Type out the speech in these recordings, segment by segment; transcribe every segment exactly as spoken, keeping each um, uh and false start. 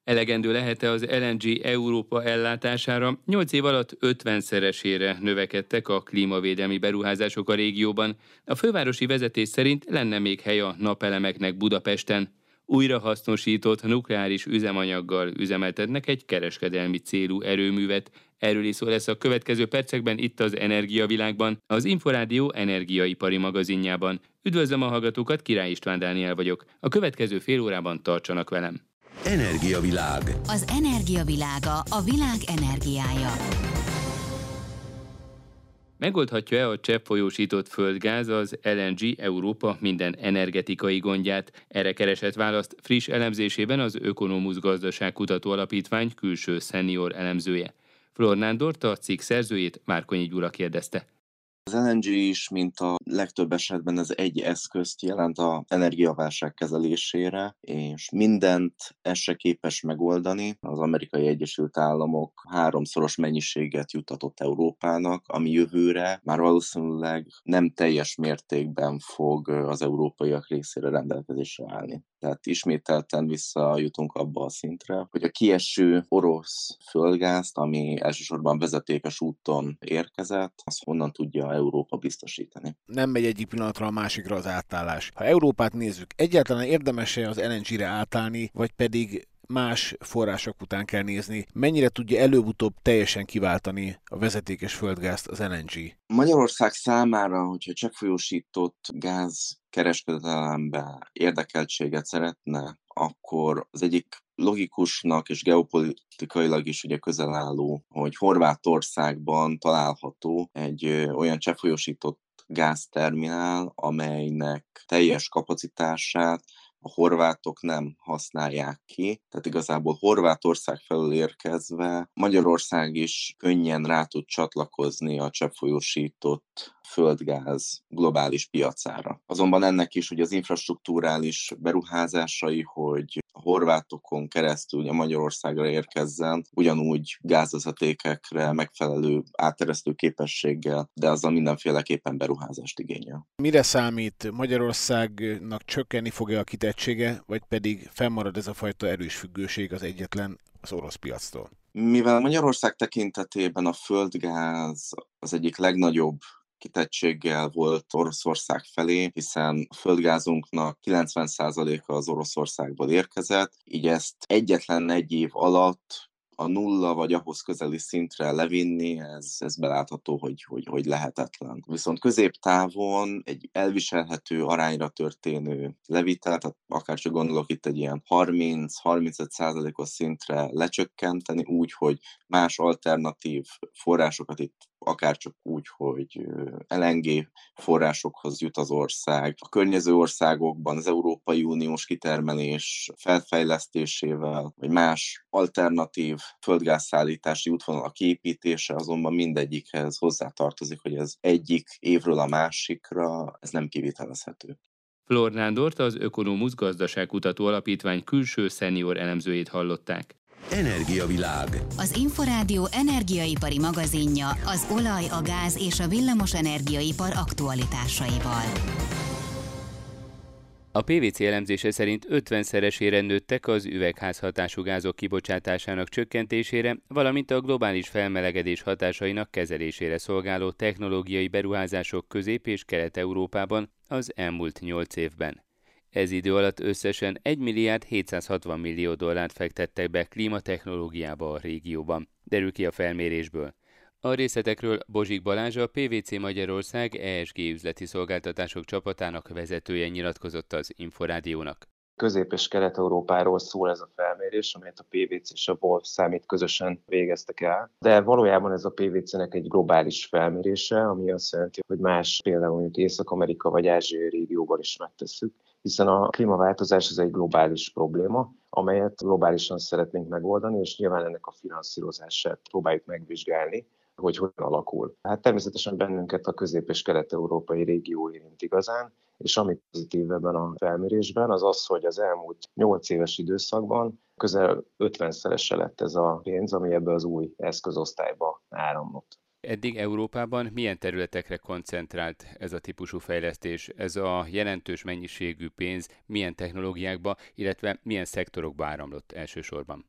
Elegendő lehet-e az el en gé Európa ellátására? nyolc év alatt ötvenszeresére növekedtek a klímavédelmi beruházások a régióban. A fővárosi vezetés szerint lenne még hely a napelemeknek Budapesten. Újrahasznosított nukleáris üzemanyaggal üzemeltetnek egy kereskedelmi célú erőművet. Erről is szó lesz a következő percekben itt az Energiavilágban, az Inforádió energiaipari magazinjában. Üdvözlöm a hallgatókat, Király István Dániel vagyok. A következő fél órában tartsanak velem. Energiavilág. Az energiavilága, a világ energiája. Megoldhatja-e a cseppfolyósított földgáz az el en gé Európa minden energetikai gondját? Erre keresett választ friss elemzésében az Ökonomusz Gazdaságkutató Alapítvány külső szenior elemzője. Flor Nándort, a cikk szerzőjét Márkonyi Gyula kérdezte. Az el en gé is, mint a legtöbb esetben, ez egy eszközt jelent az energiaválság kezelésére, és mindent ez se képes megoldani. Az Amerikai Egyesült Államok háromszoros mennyiséget juttatott Európának, ami jövőre már valószínűleg nem teljes mértékben fog az európaiak részére rendelkezésre állni. Tehát ismételten visszajutunk abba a szintre, hogy a kieső orosz földgázt, ami elsősorban vezetékes úton érkezett, azt honnan tudja Európa biztosítani. Nem megy egyik pillanatra a másikra az átállás. Ha Európát nézzük, egyáltalán érdemes-e az el en gére átállni, vagy pedig más források után kell nézni, mennyire tudja előbb-utóbb teljesen kiváltani a vezetékes földgázt az el en gé? Magyarország számára, hogyha cseppfolyósított gáz kereskedelembe érdekeltséget szeretne, akkor az egyik logikusnak és geopolitikailag is ugye közel álló, hogy Horvátországban található egy ö, olyan cseppfolyósított gázterminál, amelynek teljes kapacitását a horvátok nem használják ki, tehát igazából Horvátország felől érkezve Magyarország is könnyen rá tud csatlakozni a cseppfolyósított földgáz globális piacára. Azonban ennek is, hogy az infrastrukturális beruházásai, hogy a horvátokon keresztül ugye Magyarországra érkezzen, ugyanúgy gázvezetékekre megfelelő átteresztő képességgel, de azzal mindenféleképpen beruházást igényel. Mire számít? Magyarországnak csökkenni fog-e a kitettsége, vagy pedig fennmarad ez a fajta erős függőség az egyetlen az orosz piactól? Mivel Magyarország tekintetében a földgáz az egyik legnagyobb kitettséggel volt Oroszország felé, hiszen a földgázunknak kilencven százaléka az Oroszországból érkezett, így ezt egyetlen egy év alatt a nulla vagy ahhoz közeli szintre levinni, ez, ez belátható, hogy, hogy, hogy lehetetlen. Viszont középtávon egy elviselhető arányra történő levitel, tehát akár csak gondolok itt egy ilyen harminc-harmincöt százalékos szintre lecsökkenteni úgy, hogy más alternatív forrásokat itt akár csak úgy, hogy el en gé forrásokhoz jut az ország. A környező országokban az Európai Uniós kitermelés felfejlesztésével, vagy más alternatív földgázszállítási útvonalak kiépítése, azonban mindegyikhez hozzátartozik, hogy ez egyik évről a másikra, ez nem kivitelezhető. Flor Nándort, az Ökonomusz Gazdaságkutató Alapítvány külső szenior elemzőjét hallották. Energiavilág. Az Inforádió energiaipari magazinja az olaj, a gáz és a villamos energiaipar aktualitásaival. A pé vé cé elemzése szerint ötvenszeresére nőttek az üvegházhatású gázok kibocsátásának csökkentésére, valamint a globális felmelegedés hatásainak kezelésére szolgáló technológiai beruházások Közép- és Kelet-Európában az elmúlt nyolc évben. Ez idő alatt összesen egy milliárd hétszázhatvan millió dollárt fektettek be klímatechnológiába a régióban, derül ki a felmérésből. A részletekről Bozsik Balázs, a pé vé cé Magyarország e es gé üzleti szolgáltatások csapatának vezetője nyilatkozott az Inforádiónak. Közép- és Kelet-Európáról szól ez a felmérés, amelyet a pé vé cé és a Wolf Summit közösen végeztek el. De valójában ez a pé vé cének egy globális felmérése, ami azt jelenti, hogy más, például mondjuk Észak-Amerika vagy Ázsiai régióban is megtesszük, hiszen a klímaváltozás ez egy globális probléma, amelyet globálisan szeretnénk megoldani, és nyilván ennek a finanszírozását próbáljuk megvizsgálni, hogy hogyan alakul. Hát természetesen bennünket a közép- és kelet-európai régió érint igazán, és ami pozitív ebben a felmérésben, az az, hogy az elmúlt nyolc éves időszakban közel ötvenszerese lett ez a pénz, ami ebbe az új eszközosztályba áramlott. Eddig Európában milyen területekre koncentrált ez a típusú fejlesztés, ez a jelentős mennyiségű pénz milyen technológiákba, illetve milyen szektorokba áramlott elsősorban?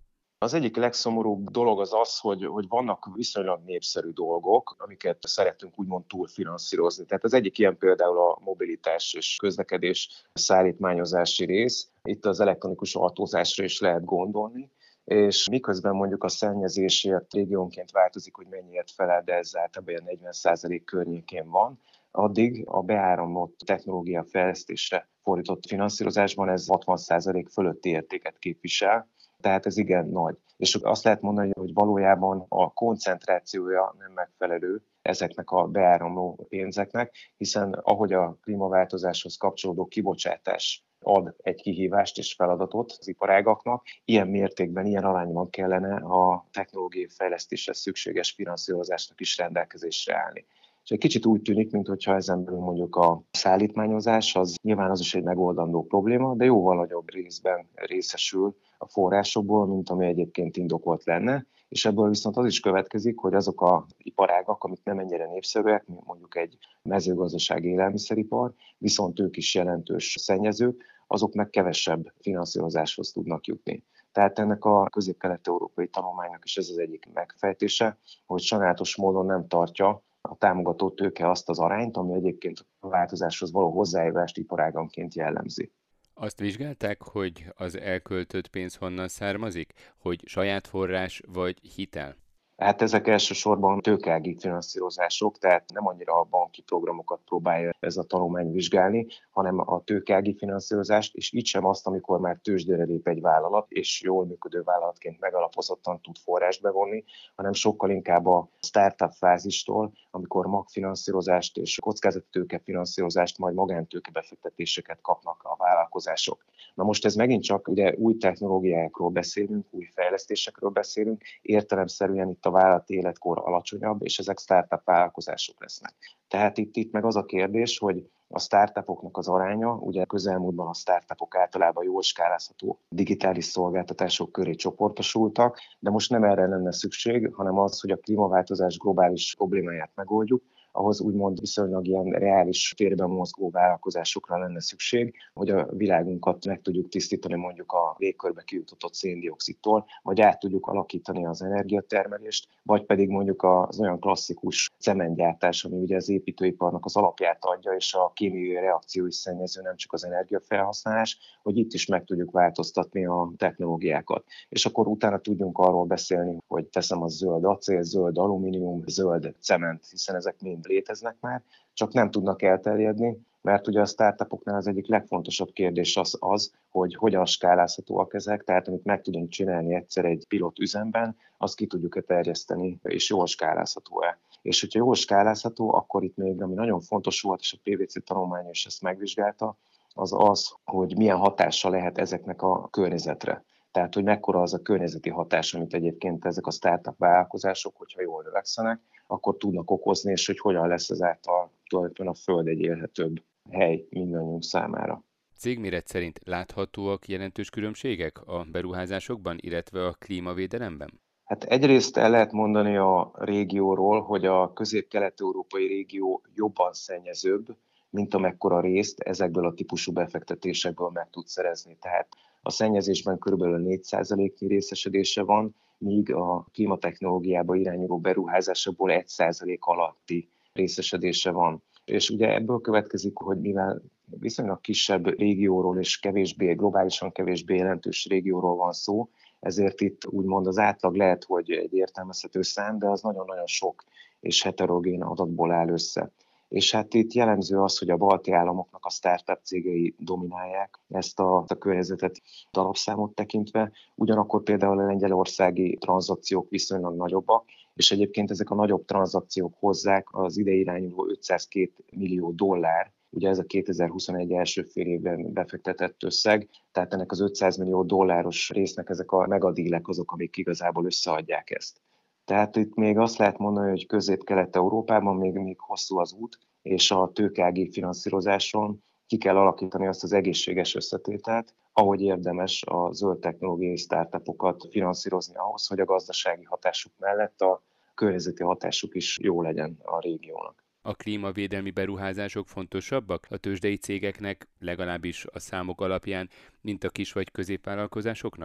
Az egyik legszomorúbb dolog az az, hogy, hogy vannak viszonylag népszerű dolgok, amiket szeretünk úgymond túlfinanszírozni. Tehát az egyik ilyen például a mobilitás és közlekedés szállítmányozási rész. Itt az elektronikus autózásra is lehet gondolni, és miközben mondjuk a szennyezésért régiónként változik, hogy mennyiért felel, de ez általában ilyen negyven százalék környékén van, addig a beáramlott technológia fejlesztésre fordított finanszírozásban ez hatvan százalék fölötti értéket képvisel, tehát ez igen nagy. És azt lehet mondani, hogy valójában a koncentrációja nem megfelelő ezeknek a beáramló pénzeknek, hiszen ahogy a klímaváltozáshoz kapcsolódó kibocsátás ad egy kihívást és feladatot az iparágaknak, ilyen mértékben, ilyen arányban kellene a technológiai fejlesztéshez szükséges finanszírozásnak is rendelkezésre állni. És egy kicsit úgy tűnik, mintha ezen belül mondjuk a szállítmányozás, az nyilván az is egy megoldandó probléma, de jóval nagyobb részben részesül a forrásokból, mint ami egyébként indokolt lenne, és ebből viszont az is következik, hogy azok az iparágak, amik nem ennyire népszerűek, mint mondjuk egy mezőgazdasági élelmiszeripar, viszont ők is jelentős szennyezők, azok meg kevesebb finanszírozáshoz tudnak jutni. Tehát ennek a közép-kelet-európai tanulmánynak is ez az egyik megfejtése, hogy sajnálatos módon nem tartja a támogató tőke azt az arányt, ami egyébként a változáshoz való hozzájárulást iparáganként jellemzi. Azt vizsgálták, hogy az elköltött pénz honnan származik, hogy saját forrás vagy hitel? Hát ezek elsősorban tőkeági finanszírozások, tehát nem annyira a banki programokat próbálja ez a tanulmány vizsgálni, hanem a tőkeági finanszírozást, és így sem azt, amikor már tőzsdére lép egy vállalat, és jól működő vállalatként megalapozottan tud forrást bevonni, hanem sokkal inkább a startup fázistól, amikor magfinanszírozást és kockázati finanszírozást, majd magántőke befektetéseket kapnak a vállalkozások. Na most ez megint csak ugye új technológiákról beszélünk, új fejlesztésekről beszélünk, értelemszerűen itt a vállalati életkor alacsonyabb, és ezek startup vállalkozások lesznek. Tehát itt, itt meg az a kérdés, hogy a startupoknak az aránya, ugye közelmúltban a startupok általában jól skálázható digitális szolgáltatások köré csoportosultak, de most nem erre lenne szükség, hanem az, hogy a klímaváltozás globális problémáját megoldjuk, ahhoz úgymond viszonylag ilyen reális térben mozgó vállalkozásokra lenne szükség, hogy a világunkat meg tudjuk tisztítani mondjuk a légkörbe kijutatott széndioxidtól, vagy át tudjuk alakítani az energiatermelést, vagy pedig mondjuk az olyan klasszikus cementgyártás, ami ugye az építőiparnak az alapját adja, és a kémiai reakció is szennyező, nem csak az energiafelhasználás, hogy itt is meg tudjuk változtatni a technológiákat. És akkor utána tudjunk arról beszélni, hogy teszem a zöld acél, zöld alumínium, zöld cement, hiszen ezek mind léteznek már, csak nem tudnak elterjedni, mert ugye a startupoknál az egyik legfontosabb kérdés az az, hogy hogyan skálázhatóak ezek, tehát amit meg tudunk csinálni egyszer egy pilot üzemben, azt ki tudjuk-e terjeszteni, és jól skálázható-e. És hogyha jól skálázható, akkor itt még, ami nagyon fontos volt, és a pé vé cé tanulmánya is ezt megvizsgálta, az az, hogy milyen hatással lehet ezeknek a környezetre. Tehát, hogy mekkora az a környezeti hatás, amit egyébként ezek a startup vállalkozások, hogyha jól növekszenek, akkor tudnak okozni, és hogy hogyan lesz ezáltal tulajdonképpen a Föld egy élhetőbb hely mindannyiunk számára. Cégméret szerint láthatóak jelentős különbségek a beruházásokban, illetve a klímavédelemben? Hát egyrészt el lehet mondani a régióról, hogy a közép-kelet-európai régió jobban szennyezőbb, mint amekkora részt ezekből a típusú befektetésekből meg tud szerezni. Tehát a szennyezésben kb. négy százaléknyi részesedése van, míg a klímatechnológiába irányuló beruházásokból egy százalék alatti részesedése van. És ugye ebből következik, hogy mivel viszonylag kisebb régióról és kevésbé, globálisan kevésbé jelentős régióról van szó, ezért itt úgymond az átlag lehet, hogy egy értelmezhető szám, de az nagyon-nagyon sok és heterogén adatból áll össze. És hát itt jellemző az, hogy a balti államoknak a startup cégei dominálják ezt a, a környezetet darabszámot tekintve, ugyanakkor például a lengyelországi tranzakciók viszonylag nagyobbak, és egyébként ezek a nagyobb tranzakciók hozzák az ide irányuló ötszázkettő millió dollár, ugye ez a kétezer-huszonegy első fél évben befektetett összeg, tehát ennek az ötszáz millió dolláros résznek ezek a megadílek azok, amik igazából összeadják ezt. Tehát itt még azt lehet mondani, hogy Közép-Kelet-Európában még, még hosszú az út, és a tőkeági finanszírozáson ki kell alakítani azt az egészséges összetételt, ahogy érdemes a zöld technológiai startupokat finanszírozni ahhoz, hogy a gazdasági hatásuk mellett a környezeti hatásuk is jó legyen a régiónak. A klímavédelmi beruházások fontosabbak a tőzsdei cégeknek, legalábbis a számok alapján, mint a kis vagy középvállalkozásoknak?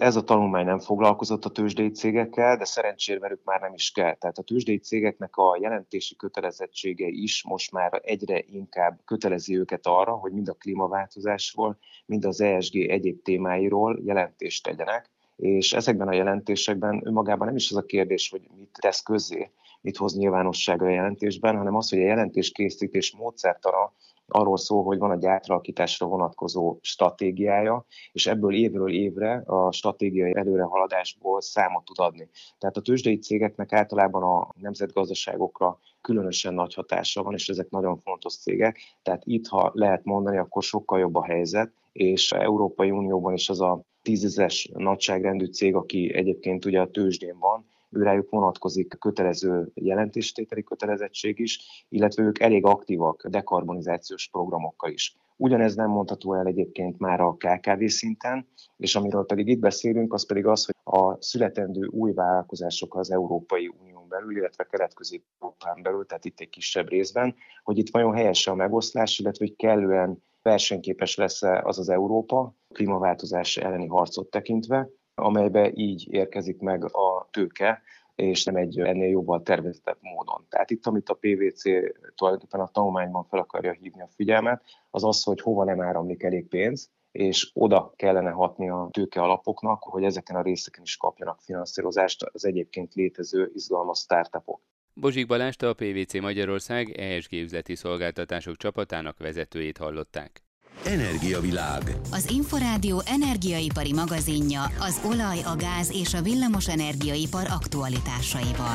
Ez a tanulmány nem foglalkozott a tőzsdei cégekkel, de szerencsére velük már nem is kell. Tehát a tőzsdei cégeknek a jelentési kötelezettsége is most már egyre inkább kötelezi őket arra, hogy mind a klímaváltozásról, mind az E S G egyéb témáiról jelentést tegyenek. És ezekben a jelentésekben önmagában nem is az a kérdés, hogy mit tesz közzé, mit hoz nyilvánosságra a jelentésben, hanem az, hogy a jelentéskészítés módszertana arról szól, hogy van egy átalakításra vonatkozó stratégiája, és ebből évről évre a stratégiai előrehaladásból számot tud adni. Tehát a tőzsdei cégeknek általában a nemzetgazdaságokra különösen nagy hatása van, és ezek nagyon fontos cégek. Tehát itt, ha lehet mondani, akkor sokkal jobb a helyzet, és az Európai Unióban is az a tízezres nagyságrendű cég, aki egyébként ugye a tőzsdén van, őrájuk vonatkozik kötelező jelentéstételi kötelezettség is, illetve ők elég aktívak dekarbonizációs programokkal is. Ugyanez nem mondható el egyébként már a K K V szinten, és amiről pedig itt beszélünk, az pedig az, hogy a születendő új vállalkozások az Európai Unión belül, illetve Kelet-Közép-Európán belül, tehát itt egy kisebb részben, hogy itt vajon helyes a megoszlás, illetve hogy kellően versenyképes lesz-e az az Európa klímaváltozás elleni harcot tekintve, amelybe így érkezik meg a tőke, és nem egy ennél jobban tervezett módon. Tehát itt, amit a pé vé cé tulajdonképpen a tanulmányban fel akarja hívni a figyelmet, az az, hogy hova nem áramlik elég pénz, és oda kellene hatni a tőke alapoknak, hogy ezeken a részeken is kapjanak finanszírozást az egyébként létező izgalmas startupok. Bozsik Balást, a pé vé cé Magyarország E S G üzleti szolgáltatások csapatának vezetőjét hallották. Energiavilág. Az Inforádió energiaipari magazinja az olaj, a gáz és a villamos energiaipar aktualitásaival.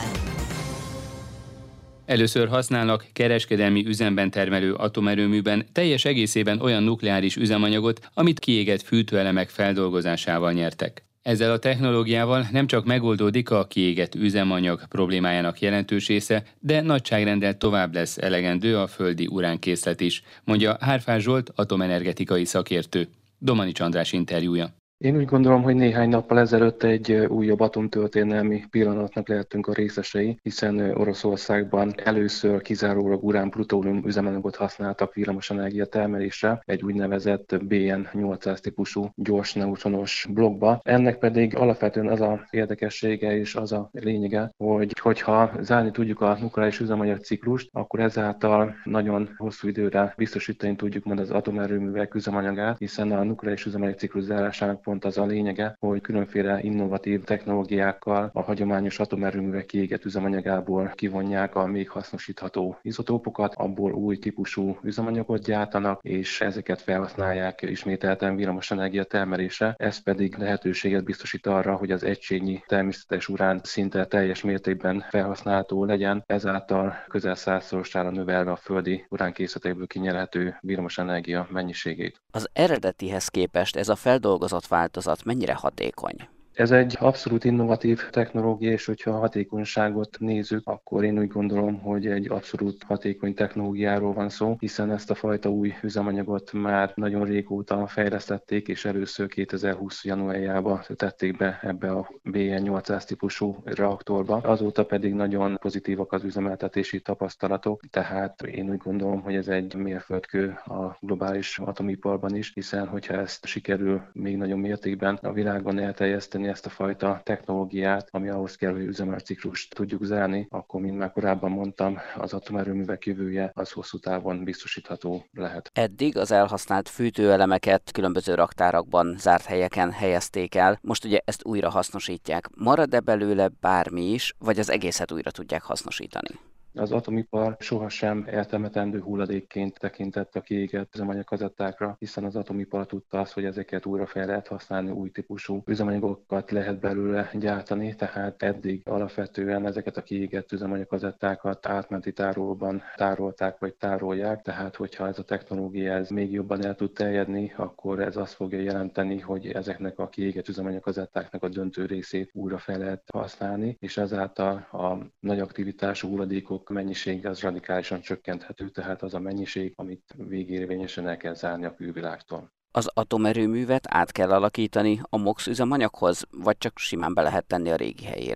Először használnak kereskedelmi üzemben termelő atomerőműben teljes egészében olyan nukleáris üzemanyagot, amit kiégett fűtőelemek feldolgozásával nyertek. Ezzel a technológiával nem csak megoldódik a kiégett üzemanyag problémájának jelentős része, de nagyságrendel tovább lesz elegendő a földi uránkészlet is, mondja Hárfás Zsolt, atomenergetikai szakértő. Domanics András interjúja. Én úgy gondolom, hogy néhány nappal ezelőtt egy újabb atomtörténelmi pillanatnak lehetünk a részesei, hiszen Oroszországban először kizárólag urán-plutónium üzemanyagot használtak villamosenergia termelésre, egy úgynevezett bé en nyolcszáz típusú gyors neutronos blokkba. Ennek pedig alapvetően az a érdekessége és az a lényege, hogy hogyha zárni tudjuk a nukleáris üzemanyag ciklust, akkor ezáltal nagyon hosszú időre biztosítani tudjuk majd az atomerőművek üzemanyagát, hiszen a nukleáris üzemanyag ciklus zárásának pont az a lényege, hogy különféle innovatív technológiákkal a hagyományos atomerőművek kiégett üzemanyagából kivonják a még hasznosítható izotópokat, abból új típusú üzemanyagot gyártanak, és ezeket felhasználják ismételten villamosenergia termelésre. Ez pedig lehetőséget biztosít arra, hogy az egységnyi természetes urán szinte teljes mértékben felhasználható legyen, ezáltal közel százszorosára növelve a földi uránkészletekből kinyerhető villamosenergia mennyiségét. Az eredetihez képest ez a feldolgozott változat mennyire hatékony? Ez egy abszolút innovatív technológia, és hogyha a hatékonyságot nézzük, akkor én úgy gondolom, hogy egy abszolút hatékony technológiáról van szó, hiszen ezt a fajta új üzemanyagot már nagyon régóta fejlesztették, és először kétezer-húsz januárjában tették be ebbe a bé en nyolcszáz típusú reaktorba. Azóta pedig nagyon pozitívak az üzemeltetési tapasztalatok, tehát én úgy gondolom, hogy ez egy mérföldkő a globális atomiparban is, hiszen hogyha ezt sikerül még nagyobb mértékben a világban elterjeszteni, ezt a fajta technológiát, ami ahhoz kell, hogy üzemanyagciklust tudjuk zárni, akkor, mint már korábban mondtam, az atomerőművek jövője az hosszú távon biztosítható lehet. Eddig az elhasznált fűtőelemeket különböző raktárakban, zárt helyeken helyezték el, most ugye ezt újra hasznosítják. Marad-e belőle bármi is, vagy az egészet újra tudják hasznosítani? Az atomipar sohasem eltemetendő hulladékként tekintett a kiégett üzemanyagkazettákra, hiszen az atomipar tudta azt, hogy ezeket újra fel lehet használni, új típusú üzemanyagokat lehet belőle gyártani, tehát eddig alapvetően ezeket a kiégett üzemanyagkazettákat átmenti tárolóban tárolták vagy tárolják, tehát hogyha ez a technológia ez még jobban el tud terjedni, akkor ez azt fogja jelenteni, hogy ezeknek a kiégett üzemanyagkazettáknak a döntő részét újra fel lehet használni, és ezáltal a nagy aktivitású hulladékok mennyisége az radikálisan csökkenthető, tehát az a mennyiség, amit végérvényesen el kell zárni a külvilágtól. Az atomerőművet át kell alakítani a MOX üzemanyaghoz, vagy csak simán be lehet tenni a régi helyére?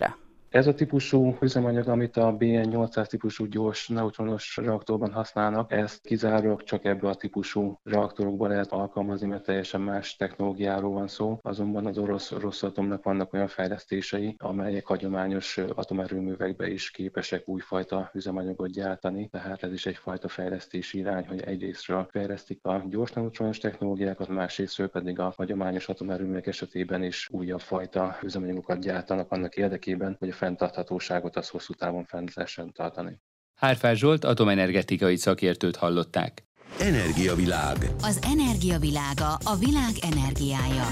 Ez a típusú üzemanyag, amit a bé en nyolcszáz típusú gyors neutronos reaktorban használnak, ezt kizárólag csak ebbe a típusú reaktorokban lehet alkalmazni, mert teljesen más technológiáról van szó. Azonban az orosz Rosatomnak vannak olyan fejlesztései, amelyek hagyományos atomerőművekbe is képesek újfajta üzemanyagot gyártani. Tehát ez is egyfajta fejlesztési irány, hogy egyrésztről fejlesztik a gyors neutronos technológiákat, másrésztről pedig a hagyományos atomerőművek esetében is újabb fajta üzemanyagokat gyártanak annak érdekében, hogy a fenntarthatóságot az hosszú távon fenn lehessen tartani. Hárfás Zsolt atomenergetikai szakértőt hallották. Energiavilág. Az energiavilága, a világ energiája.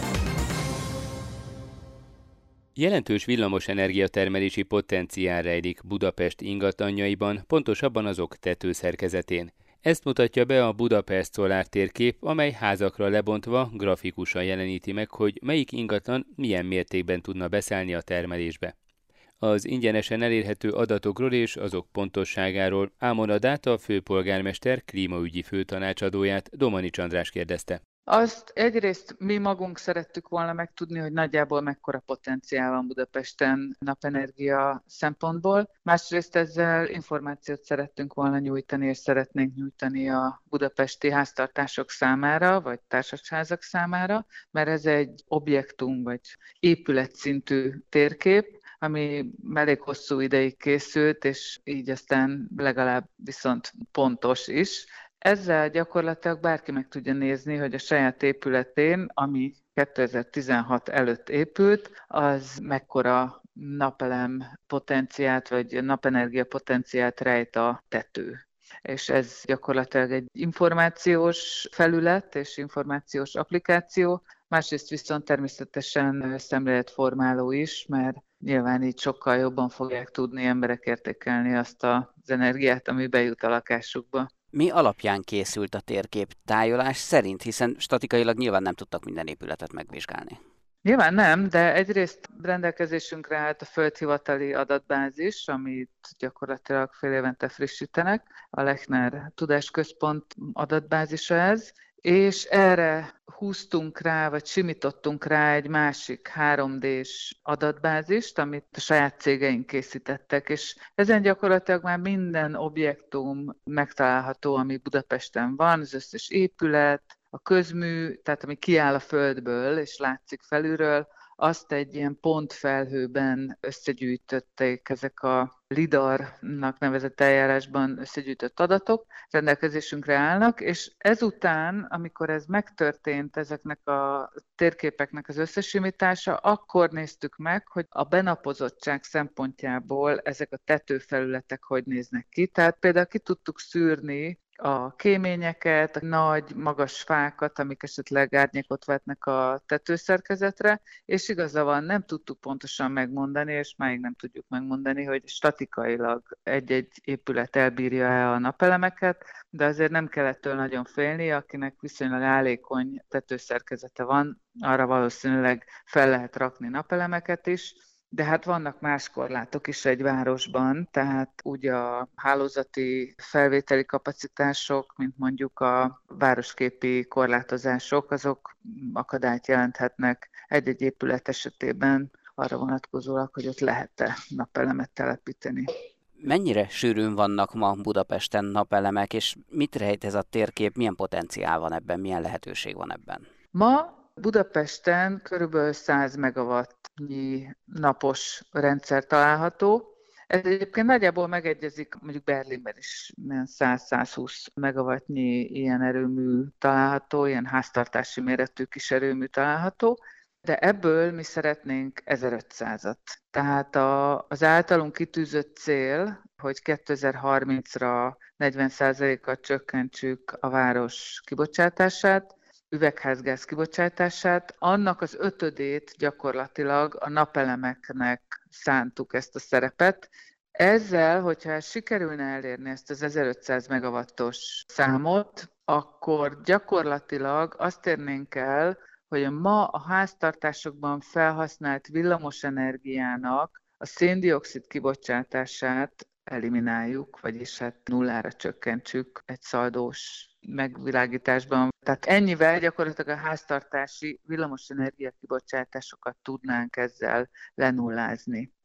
Jelentős villamos energiatermelési potenciál rejlik Budapest ingatlanjaiban, pontosabban azok tetőszerkezetén. Ezt mutatja be a Budapest Solar térkép, amely házakra lebontva grafikusan jeleníti meg, hogy melyik ingatlan milyen mértékben tudna beszállni a termelésbe. Az ingyenesen elérhető adatokról és azok pontosságáról Ámon Adát, a főpolgármester klímaügyi főtanácsadóját, Domanics András kérdezte. Azt egyrészt mi magunk szerettük volna megtudni, hogy nagyjából mekkora potenciál van Budapesten napenergia szempontból. Másrészt ezzel információt szerettünk volna nyújtani, és szeretnénk nyújtani a budapesti háztartások számára, vagy társasházak számára, mert ez egy objektum, vagy épületszintű térkép, ami elég hosszú ideig készült, és így aztán legalább viszont pontos is. Ezzel gyakorlatilag bárki meg tudja nézni, hogy a saját épületén, ami kétezer-tizenhat előtt épült, az mekkora napelem potenciált, vagy napenergia potenciált rejt a tető. És ez gyakorlatilag egy információs felület és információs applikáció, másrészt viszont természetesen szemléletformáló is, mert nyilván így sokkal jobban fogják tudni emberek értékelni azt az energiát, ami bejut a lakásukba. Mi alapján készült a térkép? Tájolás szerint, hiszen statikailag nyilván nem tudtak minden épületet megvizsgálni. Nyilván nem, de egyrészt rendelkezésünkre állt a földhivatali adatbázis, amit gyakorlatilag fél évente frissítenek. A Lechner Tudásközpont adatbázisa ez, és erre húztunk rá, vagy simítottunk rá egy másik három dés adatbázist, amit a saját cégeink készítettek, és ezen gyakorlatilag már minden objektum megtalálható, ami Budapesten van, az összes épület, a közmű, tehát ami kiáll a földből és látszik felülről, azt egy ilyen pontfelhőben összegyűjtötték ezek a lidarnak nevezett eljárásban összegyűjtött adatok, rendelkezésünkre állnak, és ezután, amikor ez megtörtént, ezeknek a térképeknek az összesimítása, akkor néztük meg, hogy a benapozottság szempontjából ezek a tetőfelületek hogy néznek ki. Tehát például ki tudtuk szűrni a kéményeket, a nagy, magas fákat, amik esetleg árnyékot vetnek a tetőszerkezetre, és igaza van, nem tudtuk pontosan megmondani, és máig nem tudjuk megmondani, hogy statikailag egy-egy épület elbírja-e a napelemeket, de azért nem kell ettől nagyon félni, akinek viszonylag állékony tetőszerkezete van, arra valószínűleg fel lehet rakni napelemeket is. De hát vannak más korlátok is egy városban, tehát úgy a hálózati felvételi kapacitások, mint mondjuk a városképi korlátozások, azok akadályt jelenthetnek egy-egy épület esetében arra vonatkozólag, hogy ott lehet-e napelemet telepíteni. Mennyire sűrűn vannak ma Budapesten napelemek, és mit rejt ez a térkép, milyen potenciál van ebben, milyen lehetőség van ebben? Ma Budapesten körülbelül száz megawattnyi napos rendszer található. Ez egyébként nagyjából megegyezik, mondjuk Berlinben is száz-százhúsz megawattnyi ilyen erőmű található, ilyen háztartási méretű kis erőmű található, de ebből mi szeretnénk ezerötszázat. Tehát a, az általunk kitűzött cél, hogy kétezer-harmincra negyven százalékkal csökkentsük a város kibocsátását, üvegházgáz kibocsátását, annak az ötödét gyakorlatilag a napelemeknek szántuk ezt a szerepet. Ezzel, hogyha sikerülne elérni ezt az ezerötszáz megawattos számot, akkor gyakorlatilag azt érnénk el, hogy ma a háztartásokban felhasznált villamosenergiának a szén-dioxid kibocsátását elimináljuk, vagyis hát nullára csökkentsük egy szaldós megvilágításban. Tehát ennyivel gyakorlatilag a háztartási villamosenergia kibocsátásokat tudnánk ezzel lenullázni.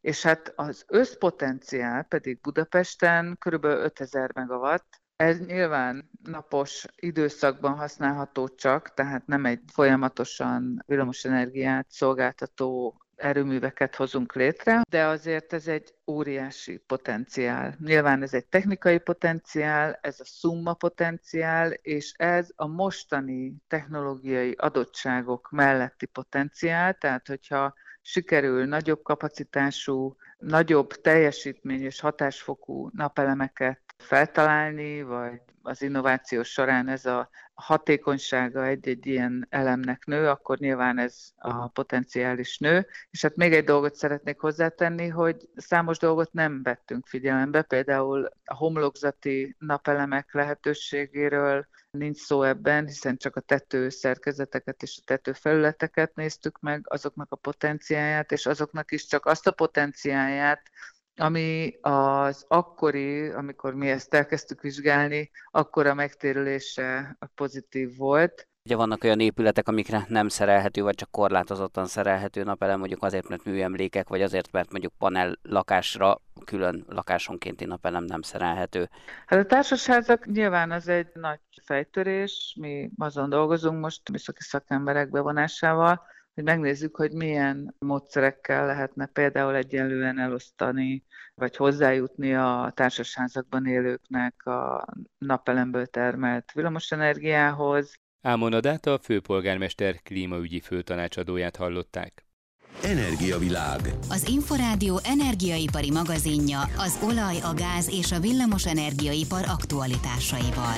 és hát az összpotenciál pedig Budapesten kb. ötezer megawatt. Ez nyilván napos időszakban használható csak, tehát nem egy folyamatosan villamosenergiát szolgáltató erőműveket hozunk létre, de azért ez egy óriási potenciál. Nyilván ez egy technikai potenciál, ez a szumma potenciál, és ez a mostani technológiai adottságok melletti potenciál, tehát hogyha sikerül nagyobb kapacitású, nagyobb teljesítmény és hatásfokú napelemeket feltalálni, vagy az innováció során ez a hatékonysága egy-egy ilyen elemnek nő, akkor nyilván ez a potenciális nő. És hát még egy dolgot szeretnék hozzátenni, hogy számos dolgot nem vettünk figyelembe, például a homlokzati napelemek lehetőségéről nincs szó ebben, hiszen csak a tetőszerkezeteket és a tetőfelületeket néztük meg, azoknak a potenciáját, és azoknak is csak azt a potenciáját, ami az akkori, amikor mi ezt elkezdtük vizsgálni, akkor a megtérülése pozitív volt. Ugye vannak olyan épületek, amikre nem szerelhető, vagy csak korlátozottan szerelhető napelem, mondjuk azért, mert műemlékek, vagy azért, mert mondjuk panel lakásra külön lakásonkénti napelem nem szerelhető. Hát a társasházak nyilván az egy nagy fejtörés, mi azon dolgozunk most műszaki szakemberek bevonásával, hogy megnézzük, hogy milyen módszerekkel lehetne például egyenlően elosztani, vagy hozzájutni a társasházakban élőknek a napelemből termelt villamosenergiához. Ámon Adáta, a főpolgármester klímaügyi főtanácsadóját hallották. Energiavilág. Az Inforádió energiaipari magazinja az olaj, a gáz és a villamos energiaipar aktualitásaival.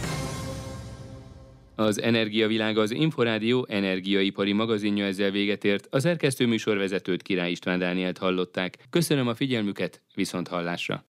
Az Energiavilág, az Inforádió energiaipari magazinja ezzel véget ért. A szerkesztő műsorvezetőt, Király István Dánielt hallották. Köszönöm a figyelmüket, viszont hallásra!